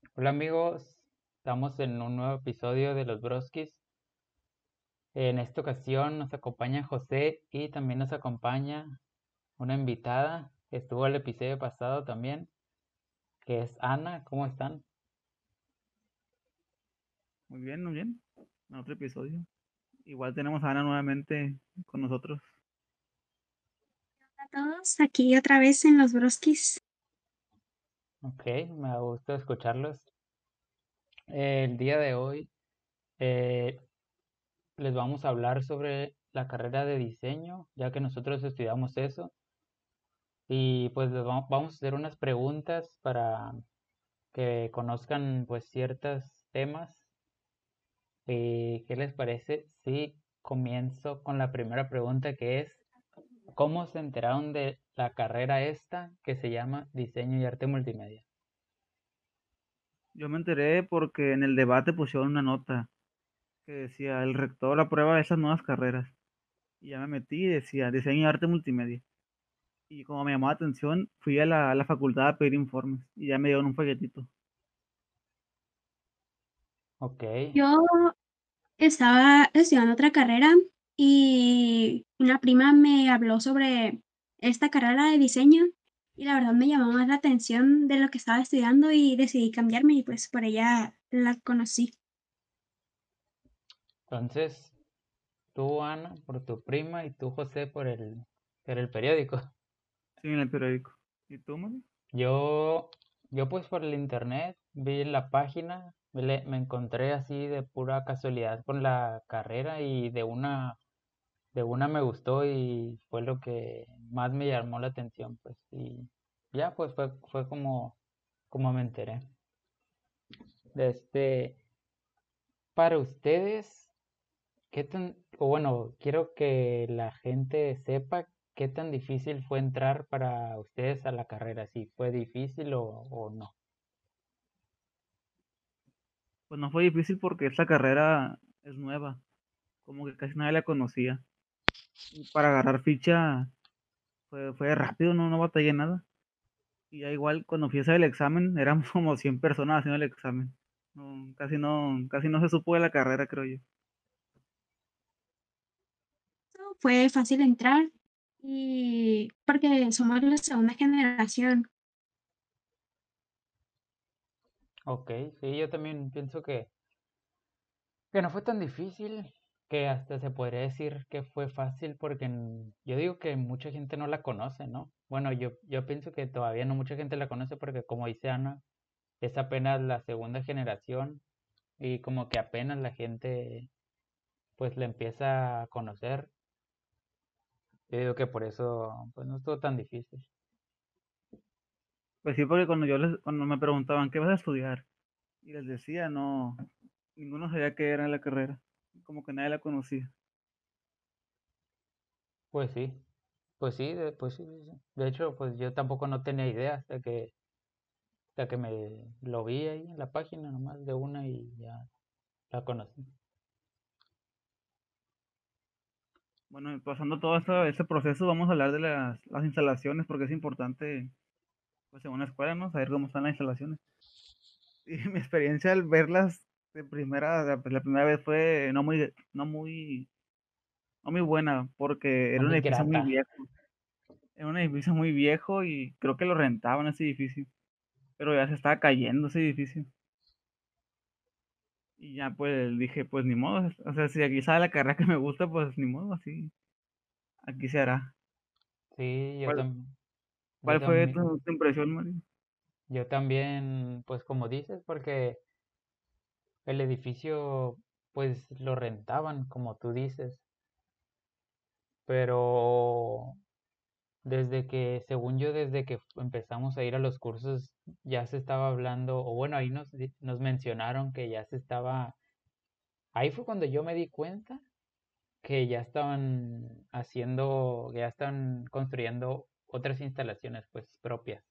Hola amigos, estamos en un nuevo episodio de Los Broskis. En esta ocasión nos acompaña José y también nos acompaña una invitada que estuvo el episodio pasado también, que es Ana. ¿Cómo están? Muy bien, muy bien. En otro episodio. Igual tenemos a Ana nuevamente con nosotros. A todos, aquí otra vez en los Broskis. Ok, me gusta escucharlos. El día de hoy eh, les vamos a hablar sobre la carrera de diseño, ya que nosotros estudiamos eso. Y pues vamos a hacer unas preguntas para que conozcan pues ciertos temas. ¿Qué les parece si comienzo con la primera pregunta, que es ¿cómo se enteraron de la carrera esta que se llama Diseño y Arte Multimedia? Yo me enteré porque en el debate pusieron una nota que decía el rector aprueba esas nuevas carreras. Y ya me metí y decía diseño y arte multimedia. Y como me llamó la atención, fui a la facultad a pedir informes y ya me dieron un folletito. Ok, Yo estaba estudiando otra carrera y una prima me habló sobre esta carrera de diseño y la verdad me llamó más la atención de lo que estaba estudiando y decidí cambiarme y pues por ella la conocí. entonces tú, Ana, por tu prima, y tú, José, por el periódico. Sí, en el periódico. ¿Y tú, Mari? Yo, yo pues por el internet vi la página, me encontré así de pura casualidad con la carrera y de una me gustó y fue lo que más me llamó la atención, pues, y ya pues fue como me enteré. Este, para ustedes, o bueno, quiero que la gente sepa qué tan difícil fue entrar para ustedes a la carrera, si fue difícil o no. Pues no fue difícil porque esta carrera es nueva, como que casi nadie la conocía. Y para agarrar ficha fue rápido, no batallé nada. Y ya igual cuando fui a hacer el examen, éramos como 100 personas haciendo el examen. No, casi no se supo de la carrera, creo yo. Fue fácil entrar y porque somos la segunda generación. Ok, sí, yo también pienso que no fue tan difícil, que hasta se podría decir que fue fácil porque yo digo que mucha gente no la conoce, ¿no? Bueno, yo pienso que todavía no mucha gente la conoce porque como dice Ana, es apenas la segunda generación y como que apenas la gente pues la empieza a conocer. Yo digo que por eso pues no estuvo tan difícil. Pues sí, porque cuando me preguntaban qué vas a estudiar, y les decía, no, ninguno sabía qué era la carrera. Como que nadie la conocía. Pues sí, pues sí, pues sí, sí, sí. De hecho, pues yo tampoco no tenía idea hasta que me lo vi ahí en la página nomás de una y ya la conocí. Bueno, y pasando todo este proceso, vamos a hablar de las instalaciones, porque es importante, pues en una escuela, ¿no? Saber cómo están las instalaciones. Y mi experiencia al verlas de primera, la primera vez fue no muy buena, porque No era un muy edificio muy grata. viejo. Era un edificio muy viejo y creo que lo rentaban ese edificio, pero ya se estaba cayendo ese edificio. Y ya pues dije, pues ni modo, o sea, si aquí sale la carrera que me gusta, pues ni modo, así, aquí se hará. Sí, ¿Cuál, yo cuál fue también, tu impresión, Mario? yo también, pues como dices, porque el edificio, pues lo rentaban, como tú dices, pero según yo, desde que empezamos a ir a los cursos, ya se estaba hablando, o bueno, ahí nos mencionaron que ya se estaba, ahí fue cuando yo me di cuenta que ya estaban haciendo, ya están construyendo otras instalaciones, pues propias.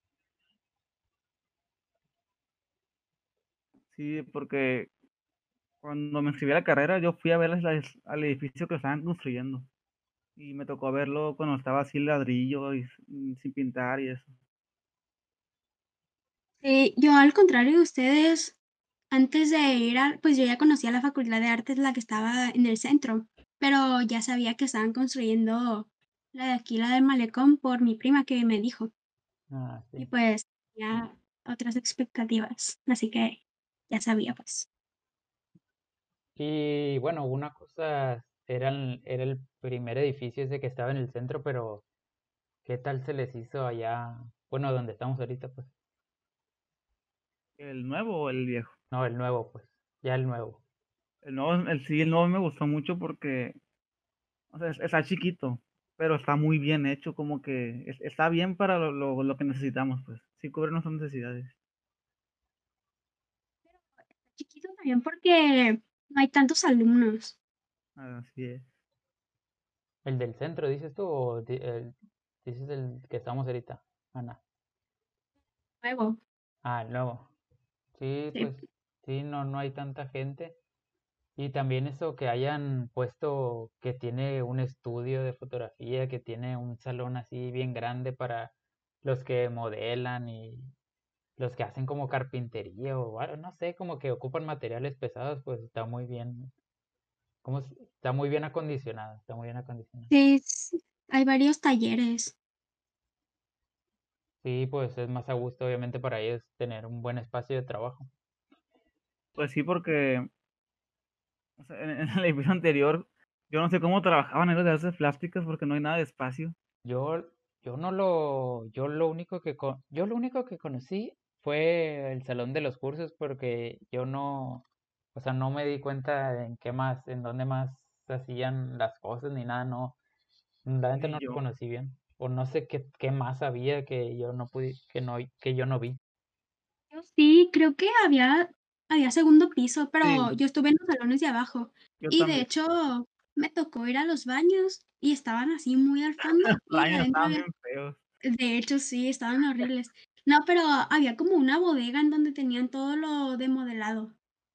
Sí, porque cuando me inscribí a la carrera, yo fui a ver al edificio que estaban construyendo. Y me tocó verlo cuando estaba así el ladrillo y sin pintar y eso. Yo al contrario de ustedes, antes de ir a pues yo ya conocía la Facultad de Artes, la que estaba en el centro, pero ya sabía que estaban construyendo la de aquí, la del malecón, por mi prima que me dijo. Ah, Y sí. pues ya otras expectativas, así que ya sabía, pues. Y bueno, una cosa era el primer edificio ese que estaba en el centro, pero ¿qué tal se les hizo allá? Bueno, donde estamos ahorita, pues. ¿El nuevo o el viejo? No, el nuevo, pues. Ya el nuevo. El nuevo, sí, el nuevo me gustó mucho porque, o sea, está chiquito, pero está muy bien hecho, como que está bien para lo que necesitamos, pues. Sí cubre nuestras necesidades. Chiquito también porque no hay tantos alumnos. Así es. ¿El del centro, dices tú, o dices el que estamos ahorita, Ana? Nuevo, Ah, el nuevo. Sí, sí. pues sí, no, no hay tanta gente. Y también eso que hayan puesto que tiene un estudio de fotografía, que tiene un salón así bien grande para los que modelan y los que hacen como carpintería o no sé, como que ocupan materiales pesados, pues está muy bien, está muy bien acondicionado, está muy bien acondicionado. Sí, hay varios talleres. Sí, pues es más a gusto obviamente para ellos tener un buen espacio de trabajo. Pues sí, porque o sea, en el episodio anterior, yo no sé cómo trabajaban en los de artes plásticas porque no hay nada de espacio. Yo, yo no lo, yo lo único que conocí fue el salón de los cursos porque yo no, o sea, no me di cuenta en qué más, en dónde más hacían las cosas ni nada, no, realmente Ni no lo yo. conocí bien, o no sé qué más había que yo no pude, que yo no vi. Yo sí, creo que había segundo piso, pero Sí, yo estuve en los salones de abajo. yo Y de también. hecho, me tocó ir a los baños y estaban así muy al fondo Los y años adentro estaban había, bien feos. de hecho sí, estaban horribles. No, pero había como una bodega en donde tenían todo lo de modelado.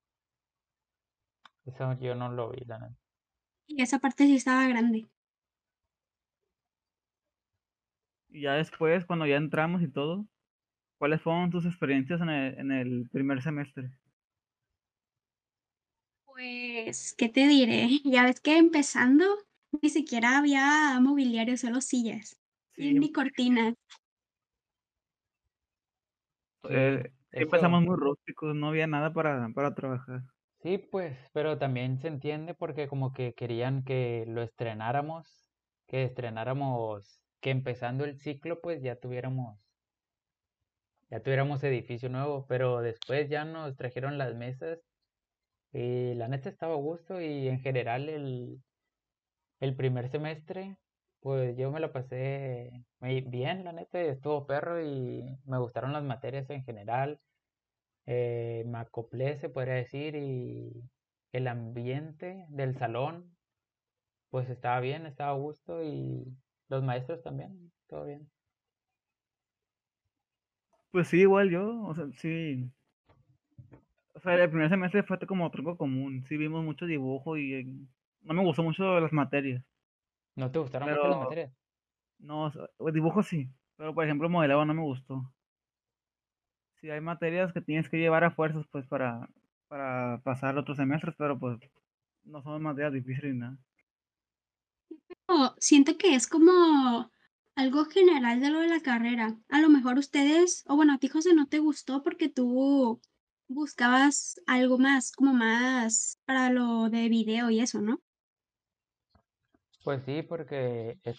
Eso yo no lo vi, la neta. Y esa parte sí estaba grande. Y ya después, cuando ya entramos y todo, ¿cuáles fueron tus experiencias en el primer semestre? Pues, ¿qué te diré? Ya ves que empezando ni siquiera había mobiliario, solo sillas y Sí, ni cortinas. Sí, sí empezamos eso. muy rústicos, no había nada para trabajar. Sí, pues, pero también se entiende porque como que querían que lo estrenáramos, que empezando el ciclo, pues ya tuviéramos edificio nuevo, pero después ya nos trajeron las mesas y la neta estaba a gusto y en general el primer semestre, pues yo me lo pasé muy bien, la neta, estuvo perro y me gustaron las materias en general. Me acoplé, se podría decir, y el ambiente del salón, pues estaba bien, estaba a gusto y los maestros también, todo bien. Pues sí, igual yo, o sea, sí. O sea, el primer semestre fue como tronco común. Sí vimos mucho dibujo y no me gustó mucho las materias. ¿No te gustaron mucho las Pero materias? no, o sea, el dibujo sí. Pero por ejemplo, modelado no me gustó. Sí, hay materias que tienes que llevar a fuerzas pues para pasar otros semestres, pero pues no son materias difíciles ni nada. Siento que es como algo general de lo de la carrera. A lo mejor ustedes, o bueno, a ti José no te gustó porque tú buscabas algo más, como más para lo de video y eso, ¿no? Pues sí, porque es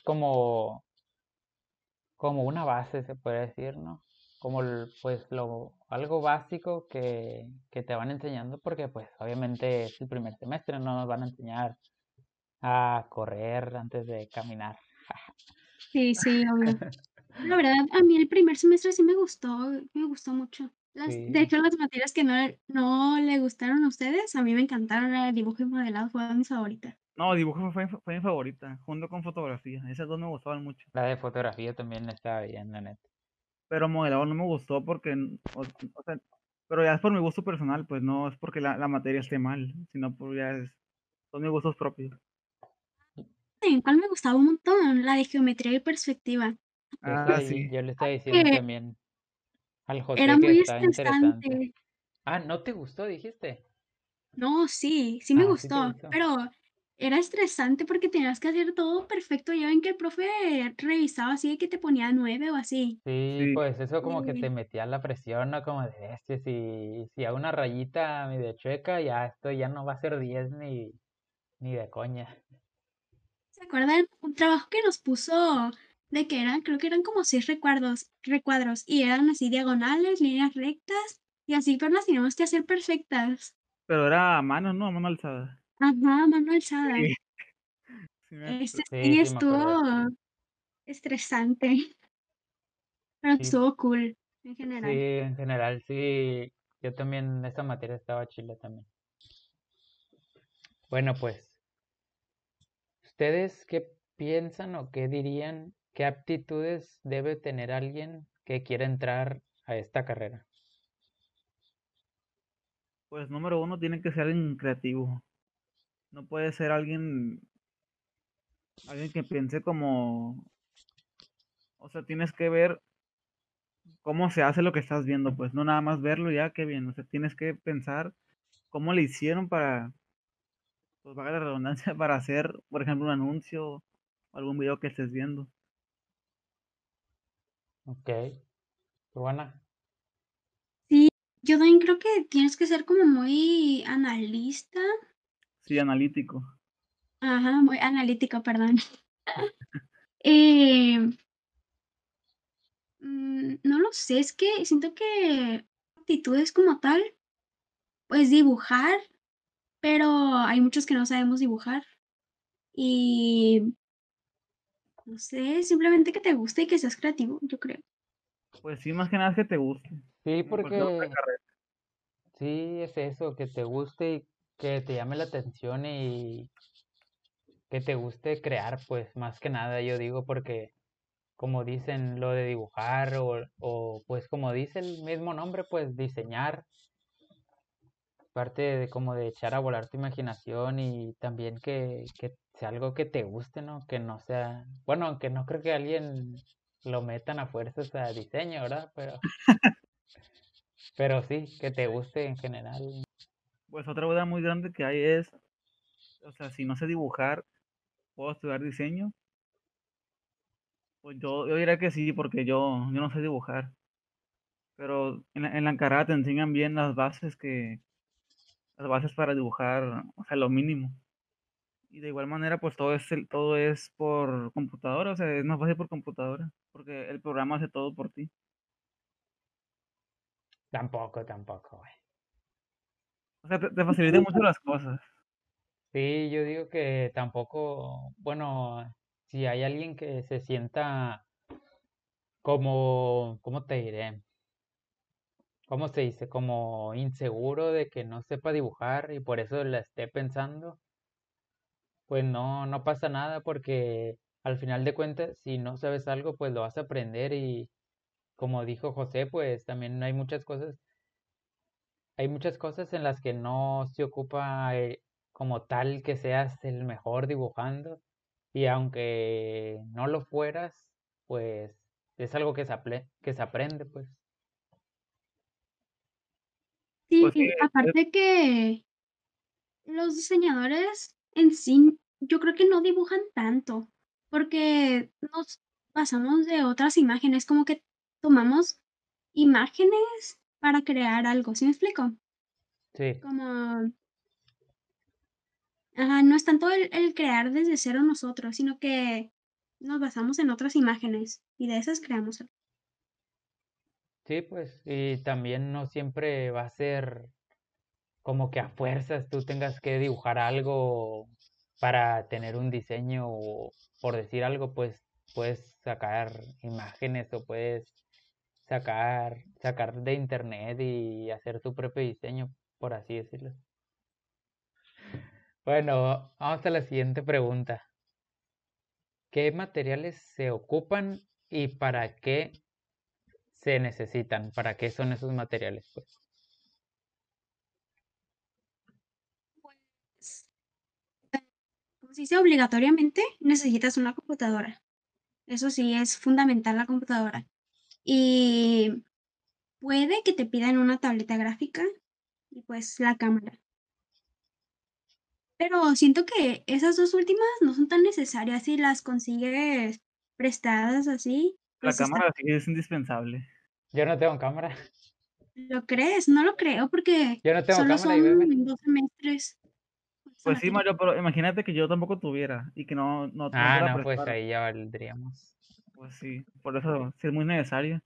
como una base, se puede decir, ¿no? Como pues algo básico que te van enseñando, porque pues obviamente es el primer semestre, no nos van a enseñar a correr antes de caminar. Sí, sí, obvio. La verdad, a mí el primer semestre sí me gustó mucho. De Sí, hecho, las materias que no le gustaron a ustedes, a mí me encantaron, la de dibujo y modelado fue mis favoritas. No, dibujo fue mi favorita, junto con fotografía. Esas dos me gustaban mucho. la de fotografía también estaba bien, la neta. Pero modelado no me gustó porque, o sea, pero ya es por mi gusto personal, pues no es porque la materia esté mal, sino por son mis gustos propios. ¿En cuál me gustaba un montón? La de geometría y perspectiva. Ah, Esa sí. yo le estaba diciendo Que también. Al Era José que muy está interesante. estresante. Ah, ¿no te gustó, dijiste? No, sí, sí me Ah, sí te gustó, gustó. pero era estresante porque tenías que hacer todo perfecto. Ya ven que el profe revisaba así de que te ponía 9 o así. Sí, Sí, pues eso como que te Y metía la presión, ¿no? Como de, este, si a una rayita medio chueca, ya esto ya no va a ser 10 ni de coña. ¿se acuerdan? Un trabajo que nos puso de que eran, creo que eran como 6 recuadros y eran así diagonales, líneas rectas y así, pero las teníamos que hacer perfectas. pero era a mano, ¿no? A mano alzada. Ajá, mano alzada. Sí, sí me Ese acuerdo. sí Sí, sí me acuerdo de eso. estuvo estresante, pero Sí, estuvo cool en sí, general. en general, sí. Yo también, esta materia estaba chila también. Bueno, pues, ¿ustedes qué piensan o qué dirían, qué aptitudes debe tener alguien que quiera entrar a esta carrera? Pues número uno tiene que ser alguien creativo. No puede ser alguien que piense como, o sea, tienes que ver cómo se hace lo que estás viendo, pues no nada más verlo y ya, qué bien. O sea, tienes que pensar cómo le hicieron para, pues valga la redundancia, para hacer, por ejemplo, un anuncio o algún video que estés viendo. Ok, Urbana. Sí, yo también creo que tienes que ser como muy analista. Sí, analítico. Ajá, muy analítico, perdón. Eh, no lo sé, es que siento que actitudes como tal, pues dibujar, pero hay muchos que no sabemos dibujar. Y no sé, simplemente que te guste y que seas creativo, yo creo. Pues sí, más que nada es que te guste, Sí, como en cualquier otra porque carrera. sí es eso, que te guste y que te llame la atención y que te guste crear, pues más que nada yo digo, porque como dicen lo de dibujar o pues como dice el mismo nombre, pues diseñar, parte de como de echar a volar tu imaginación y también que sea algo que te guste, ¿no? Que no sea, bueno, aunque no creo que alguien lo metan a fuerzas a diseño, ¿verdad? Pero sí, que te guste en general. Pues otra duda muy grande que hay es, o sea, si no sé dibujar, ¿puedo estudiar diseño? Pues yo diría que sí, porque yo no sé dibujar. Pero en la carrera te enseñan bien las bases para dibujar, o sea, lo mínimo. Y de igual manera, pues todo es por computadora, o sea, es más fácil por computadora, porque el programa hace todo por ti. Tampoco, güey. O sea, te facilita mucho las cosas. Sí, yo digo que tampoco, bueno, si hay alguien que se sienta como, ¿cómo te diré? ¿Cómo se dice? Como inseguro de que no sepa dibujar y por eso la esté pensando, pues no, no pasa nada porque al final de cuentas, si no sabes algo, pues lo vas a aprender y como dijo José, pues también hay muchas cosas en las que no se ocupa como tal que seas el mejor dibujando y aunque no lo fueras, pues es algo que se aprende, pues. Sí, Pues sí, aparte que los diseñadores en sí, yo creo que no dibujan tanto, porque nos basamos de otras imágenes, como que tomamos imágenes para crear algo, ¿sí me explico? Sí, Como, ajá, no es tanto el crear desde cero nosotros, sino que nos basamos en otras imágenes y de esas creamos algo. sí, pues, y también no siempre va a ser como que a fuerzas tú tengas que dibujar algo para tener un diseño o por decir algo, pues puedes sacar imágenes o puedes sacar de internet y hacer tu propio diseño, por así decirlo. Bueno, vamos a la siguiente pregunta. ¿Qué materiales se ocupan y para qué se necesitan? ¿Para qué son esos materiales, pues? Pues, como se dice, obligatoriamente necesitas una computadora. Eso sí, es fundamental la computadora. Y puede que te pidan una tableta gráfica y pues la cámara. Pero siento que esas 2 últimas no son tan necesarias, si las consigues prestadas así, La pues está. cámara sí es indispensable. Yo no tengo cámara. ¿Lo crees? No lo creo porque Yo no tengo solo cámara y son veme. 2 semestres con esa Pues sí, materia. Mario, pero imagínate que yo tampoco tuviera y que no te Ah, la no, pues prestara. ahí ya valdríamos. Pues sí, por eso sí es muy necesario.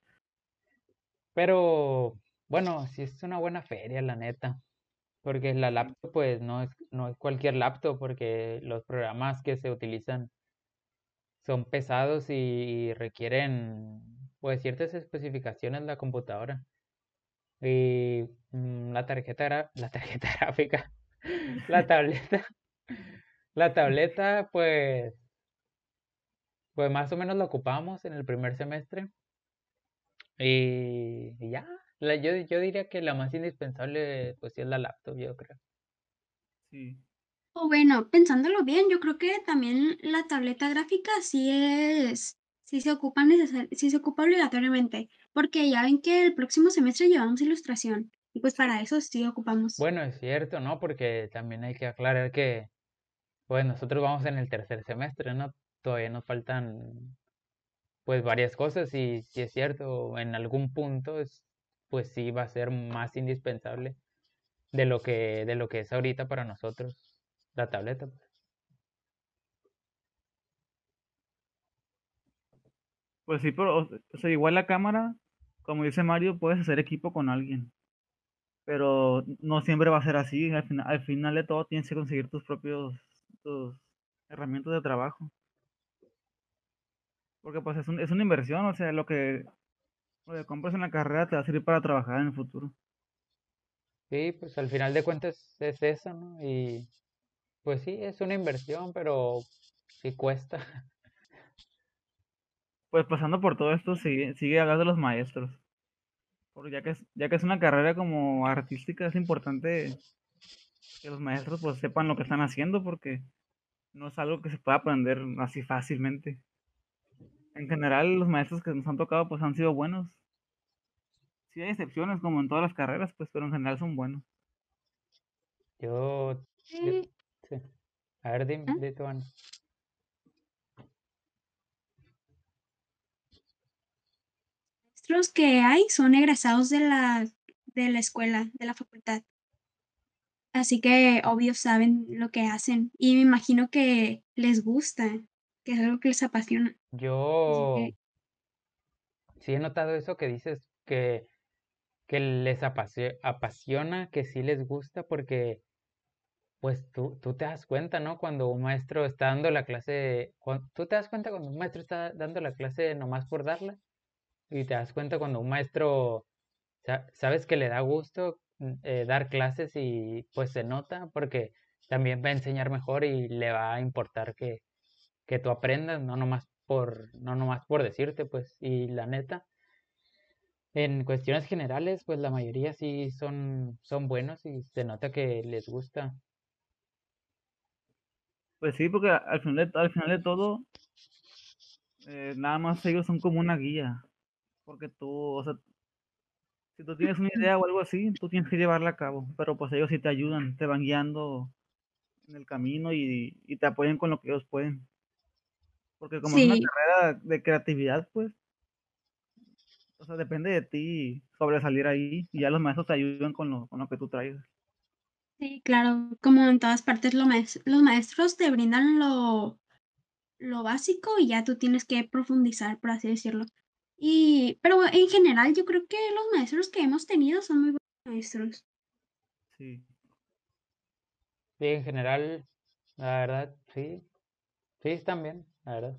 Pero bueno, sí es una buena feria, la neta. Porque la Sí, laptop, pues no es cualquier laptop, porque los programas que se utilizan son pesados y requieren pues ciertas especificaciones la computadora. Y la tarjeta gráfica, la tableta, la tableta, pues más o menos la ocupamos en el primer semestre. Y ya, yo diría que la más indispensable, pues sí es la laptop, yo creo. sí. O bueno, pensándolo bien, yo creo que también la tableta gráfica sí se ocupa obligatoriamente, porque ya ven que el próximo semestre llevamos ilustración y pues Sí. para eso sí ocupamos. Bueno, es cierto, ¿no? Porque también hay que aclarar que, pues nosotros vamos en el tercer semestre, ¿no? Todavía nos faltan, pues varias cosas y si es cierto, en algún punto, pues sí va a ser más indispensable de lo que es ahorita para nosotros la tableta, pues. Pues sí, pero o sea, igual la cámara, como dice Mario, puedes hacer equipo con alguien, pero no siempre va a ser así. Al final de todo tienes que conseguir tus herramientas de trabajo, porque pues es una inversión, o sea, lo que compras en la carrera te va a servir para trabajar en el futuro. Sí, pues al final de cuentas es eso, ¿no? Y pues sí, es una inversión, pero sí cuesta. Pues pasando por todo esto, sigue hablando de los maestros, porque ya que es una carrera como artística, es importante que los maestros pues sepan lo que están haciendo, porque no es algo que se pueda aprender así fácilmente. En general, los maestros que nos han tocado pues han sido buenos. Sí hay excepciones como en todas las carreras, pues, pero en general son buenos. Yo, yo, Sí, sí. A ver, dime, ¿ah? di tú, Ana. Maestros que hay son egresados de la escuela, de la facultad. Así que obvio saben lo que hacen y me imagino que les gusta, que es algo que les apasiona. Así Yo que sí he notado eso que dices, que les apasiona, que sí les gusta, porque pues tú te das cuenta, ¿no? Cuando un maestro está dando la clase, tú te das cuenta cuando un maestro está dando la clase nomás por darla, y te das cuenta cuando un maestro, sabes que le da gusto dar clases y pues se nota, porque también va a enseñar mejor y le va a importar que tú aprendas, no nomás por decirte, pues, y la neta. En cuestiones generales, pues la mayoría sí son buenos y se nota que les gusta. Pues sí, porque al final de todo, nada más ellos son como una guía. Porque tú, o sea, si tú tienes una idea o algo así, tú tienes que llevarla a cabo. Pero pues ellos sí te ayudan, te van guiando en el camino y te apoyan con lo que ellos pueden. Porque como es una sí, carrera de creatividad, pues, o sea, depende de ti sobresalir ahí y ya los maestros te ayudan con lo que tú traigas. sí, claro, como en todas partes los maestros te brindan lo básico y ya tú tienes que profundizar, por así decirlo. Pero en general yo creo que los maestros que hemos tenido son muy buenos maestros. Sí. Sí, en general, la verdad, sí, sí están bien, la verdad.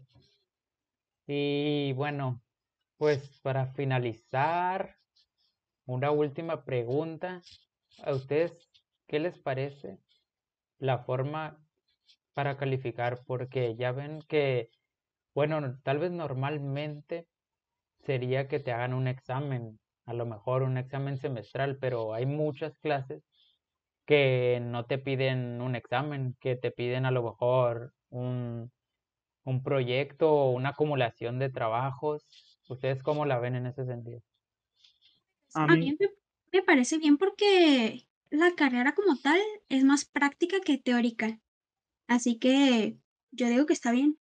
Y bueno, pues para finalizar, una última pregunta. ¿A ustedes qué les parece la forma para calificar? Porque ya ven que, bueno, tal vez normalmente sería que te hagan un examen, a lo mejor un examen semestral, pero hay muchas clases que no te piden un examen, que te piden a lo mejor un proyecto o una acumulación de trabajos. ¿Ustedes cómo la ven en ese sentido? A A mí, mí me parece bien porque la carrera como tal es más práctica que teórica, así que yo digo que está bien.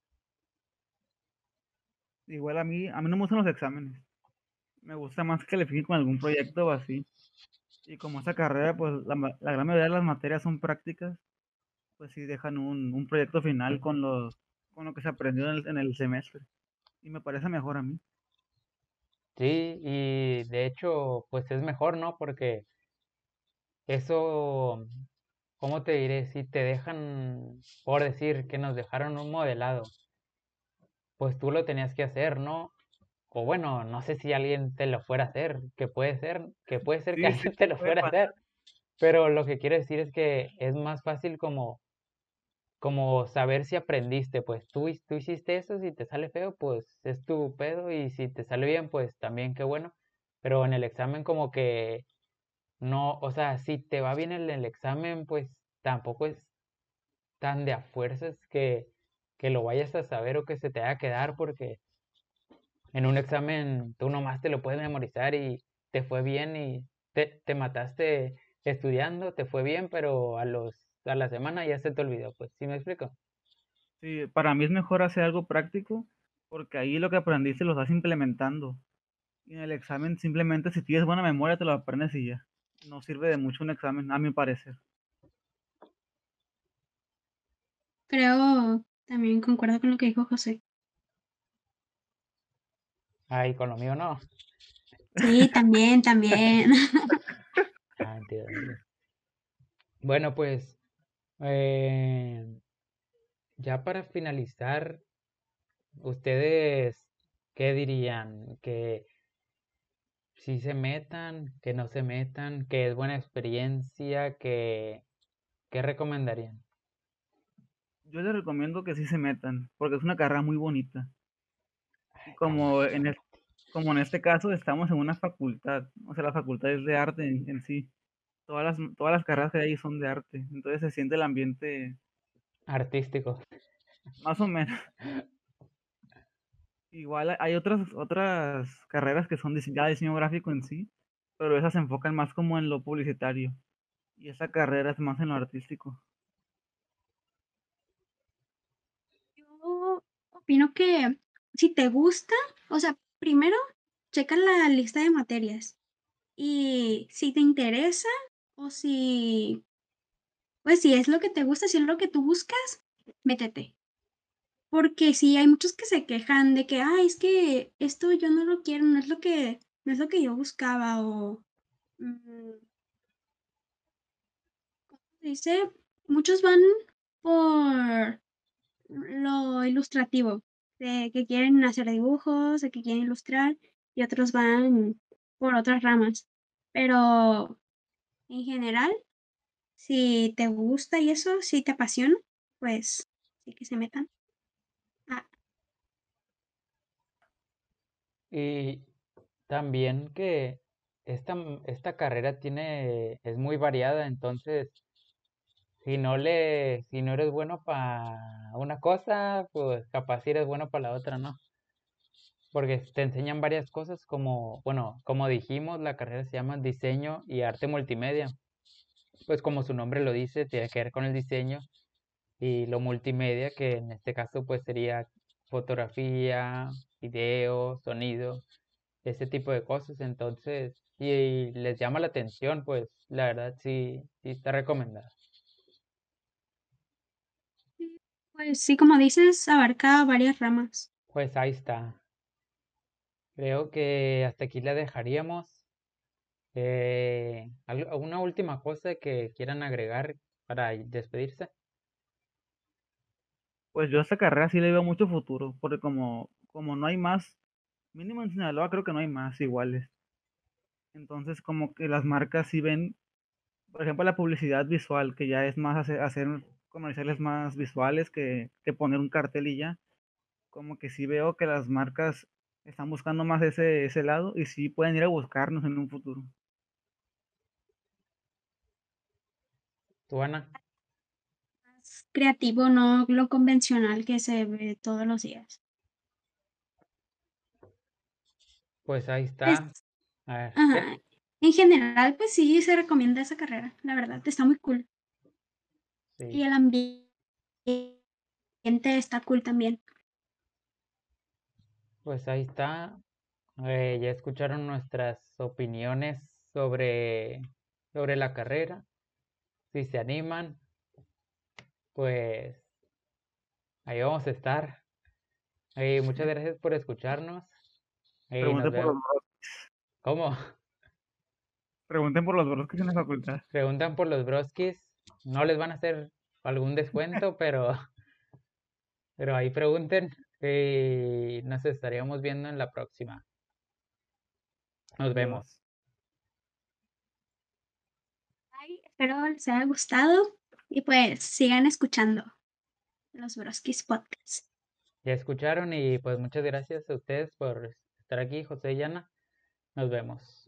igual a mí no me gustan los exámenes. Me gusta más que le fijen con algún proyecto o así. Y como esta carrera, pues la gran mayoría de las materias son prácticas, pues sí dejan un proyecto final con lo que se aprendió en el semestre. Y me parece mejor a mí. Sí, y de hecho, pues es mejor, ¿no? Porque eso, ¿cómo te diré? Si te dejan, por decir que nos dejaron un modelado, pues tú lo tenías que hacer, ¿no? O bueno, no sé si alguien te lo fuera a hacer, que puede ser que Sí, sí, alguien te lo puede fuera a hacer, pasar. pero lo que quiero decir es que es más fácil como saber si aprendiste, pues tú hiciste eso, si te sale feo, pues es tu pedo, y si te sale bien, pues también qué bueno, pero en el examen como que no, o sea, si te va bien en el examen, pues tampoco es tan de a fuerzas que lo vayas a saber o que se te vaya a quedar, porque en un examen tú nomás te lo puedes memorizar y te fue bien y te mataste estudiando, te fue bien, pero a la semana ya se te olvidó, pues, ¿sí me explico? Sí, para mí es mejor hacer algo práctico porque ahí lo que aprendiste lo estás implementando. Y en el examen simplemente si tienes buena memoria te lo aprendes y ya. No sirve de mucho un examen, a mi parecer. Creo, también concuerdo con lo que dijo José. Ay, con lo mío no. Sí, también, también. Ah, entiendo. Bueno, pues, eh, ya para finalizar, ¿ustedes qué dirían? ¿Que si se metan, que no se metan, que es buena experiencia, que qué recomendarían? Yo les recomiendo que sí se metan porque es una carrera muy bonita. Y Ay, como en este caso estamos en una facultad, o sea, la facultad es de arte en sí. Todas las carreras que hay ahí son de arte. Entonces se siente el ambiente artístico. más o menos. Igual hay otras carreras que son ya diseño gráfico en sí, pero esas se enfocan más como en lo publicitario. Y esa carrera es más en lo artístico. Yo opino que si te gusta, o sea, primero checa la lista de materias y si te interesa o si, pues si es lo que te gusta, si es lo que tú buscas, métete. Porque sí, hay muchos que se quejan de que, ay, es que esto yo no lo quiero, no es lo que yo buscaba o, mm, ¿cómo se dice? Muchos van por lo ilustrativo, de que quieren hacer dibujos, de que quieren ilustrar, y otros van por otras ramas. Pero en general, si te gusta y eso, si te apasiona, pues sí que se metan. Ah, Y también que esta carrera es muy variada, entonces si no eres bueno para una cosa, pues capaz si eres bueno para la otra, ¿no? Porque te enseñan varias cosas como, bueno, como dijimos, la carrera se llama diseño y arte multimedia. Pues como su nombre lo dice, tiene que ver con el diseño y lo multimedia, que en este caso pues sería fotografía, video, sonido, ese tipo de cosas. Entonces, si les llama la atención, pues la verdad sí, sí está recomendado. sí, pues sí, como dices, abarca varias ramas. Pues ahí está. Creo que hasta aquí la dejaríamos. ¿Alguna última cosa que quieran agregar para despedirse? Pues yo a esta carrera sí le veo mucho futuro, porque como no hay más, mínimo en Sinaloa creo que no hay más iguales. Entonces como que las marcas sí ven, por ejemplo, la publicidad visual, que ya es más hacer comerciales más visuales que poner un cartel y ya. Como que sí veo que las marcas están buscando más ese lado y sí pueden ir a buscarnos en un futuro. ¿Tú, Ana? Más creativo, no lo convencional que se ve todos los días. Pues ahí Pues está. A ver, ¿qué? Ajá. En general, pues sí, se recomienda esa carrera, la verdad, está muy cool. Sí, Y el ambiente está cool también. pues ahí está. Ya escucharon nuestras opiniones sobre la carrera. Si se animan, pues ahí vamos a estar. Muchas gracias por escucharnos. Nos Pregunten por vemos. ¿Cómo? pregunten por los brotes en la facultad. Preguntan por los broskis. No les van a hacer algún descuento, pero ahí pregunten. Y nos estaríamos viendo en la próxima. Nos vemos. Adiós. Ay, espero les haya gustado y pues sigan escuchando los Broskis Podcast. Ya escucharon y pues muchas gracias a ustedes por estar aquí, José y Ana. Nos vemos.